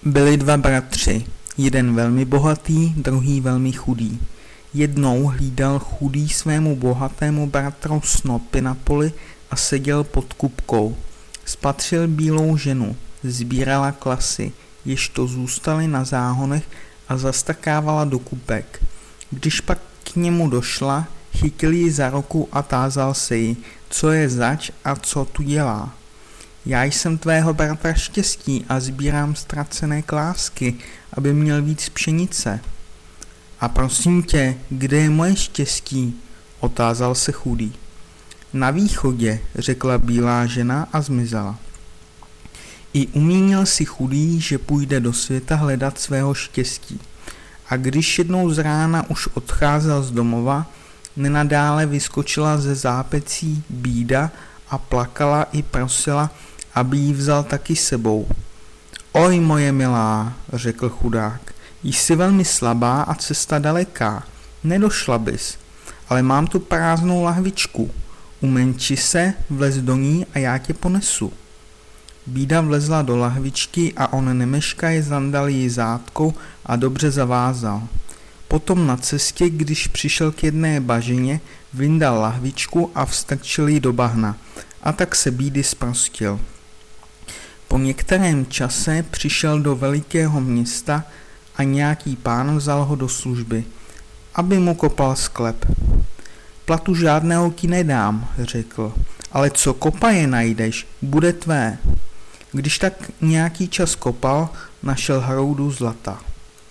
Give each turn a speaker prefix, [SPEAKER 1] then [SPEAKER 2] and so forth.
[SPEAKER 1] Byli dva bratři, jeden velmi bohatý, druhý velmi chudý. Jednou hlídal chudý svému bohatému bratru snopy na poli a seděl pod kupkou. Spatřil bílou ženu, sbírala klasy, jež to zůstaly na záhonech a zastrkávala do kupek. Když pak k němu došla, chytil ji za ruku a tázal se jí, co je zač a co tu dělá. Já jsem tvého bratra Štěstí a sbírám ztracené klásky, aby měl víc pšenice. A prosím tě, kde je moje štěstí? Otázal se chudý. Na východě, řekla bílá žena a zmizela. I umínil si chudý, že půjde do světa hledat svého štěstí. A když jednou z rána už odcházel z domova, nenadále vyskočila ze zápecí bída a plakala i prosila, aby ji vzal taky sebou. Oj, moje milá, řekl chudák, jsi velmi slabá a cesta daleká, nedošla bys, ale mám tu prázdnou lahvičku, umenči se, vlez do ní a já tě ponesu. Bída vlezla do lahvičky a on nemeškaj zandal ji zátkou a dobře zavázal. Potom na cestě, když přišel k jedné bažině, vyndal lahvičku a vstrčil ji do bahna a tak se bídy zprostil. Po některém čase přišel do velikého města a nějaký pán vzal ho do služby, aby mu kopal sklep. Platu žádného ti nedám, řekl, ale co kopaje najdeš, bude tvé. Když tak nějaký čas kopal, našel hroudu zlata.